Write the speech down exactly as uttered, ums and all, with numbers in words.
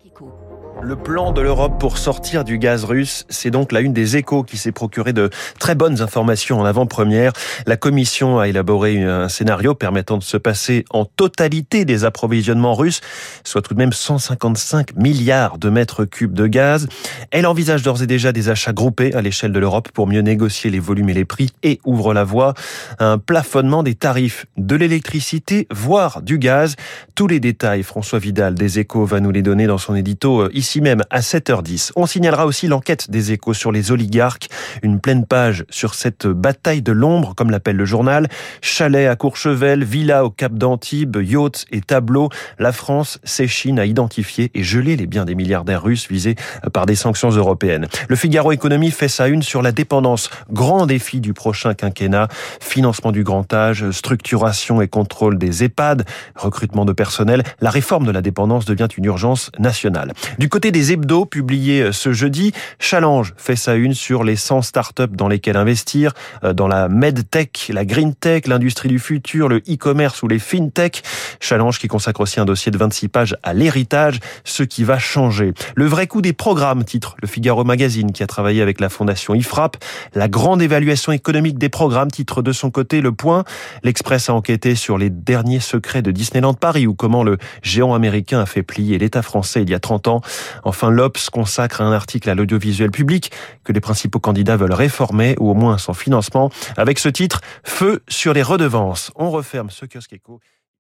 Le plan de l'Europe pour sortir du gaz russe, c'est donc la une des Échos qui s'est procuré de très bonnes informations en avant-première. La Commission a élaboré un scénario permettant de se passer en totalité des approvisionnements russes, soit tout de même cent cinquante-cinq milliards de mètres cubes de gaz. Elle envisage d'ores et déjà des achats groupés à l'échelle de l'Europe pour mieux négocier les volumes et les prix et ouvre la voie à un plafonnement des tarifs de l'électricité, voire du gaz. Tous les détails, François Vidal des Échos va nous les donner dans son édito ici même à sept heures dix. On signalera aussi l'enquête des Échos sur les oligarques. Une pleine page sur cette bataille de l'ombre, comme l'appelle le journal. Chalets à Courchevel, villas au Cap d'Antibes, yachts et tableaux. La France s'échine à identifier et geler les biens des milliardaires russes visés par des sanctions européennes. Le Figaro Économie fait sa une sur la dépendance. Grand défi du prochain quinquennat. Financement du grand âge, structuration et contrôle des EHPAD, recrutement de personnel. La réforme de la dépendance devient une urgence nationale. Du côté des hebdos publiés ce jeudi, Challenge fait sa une sur les cent startups dans lesquelles investir, dans la medtech, la green tech, l'industrie du futur, le e-commerce ou les fintech. Challenge qui consacre aussi un dossier de vingt-six pages à l'héritage, ce qui va changer. Le vrai coup des programmes, titre le Figaro Magazine qui a travaillé avec la fondation IFRAP. La grande évaluation économique des programmes, titre de son côté Le Point. L'Express a enquêté sur les derniers secrets de Disneyland Paris ou comment le géant américain a fait plier l'État français il y a trente ans. Enfin, l'Obs consacre un article à l'audiovisuel public que les principaux candidats veulent réformer ou au moins son financement avec ce titre « Feu sur les redevances ». On referme ce kiosque écho.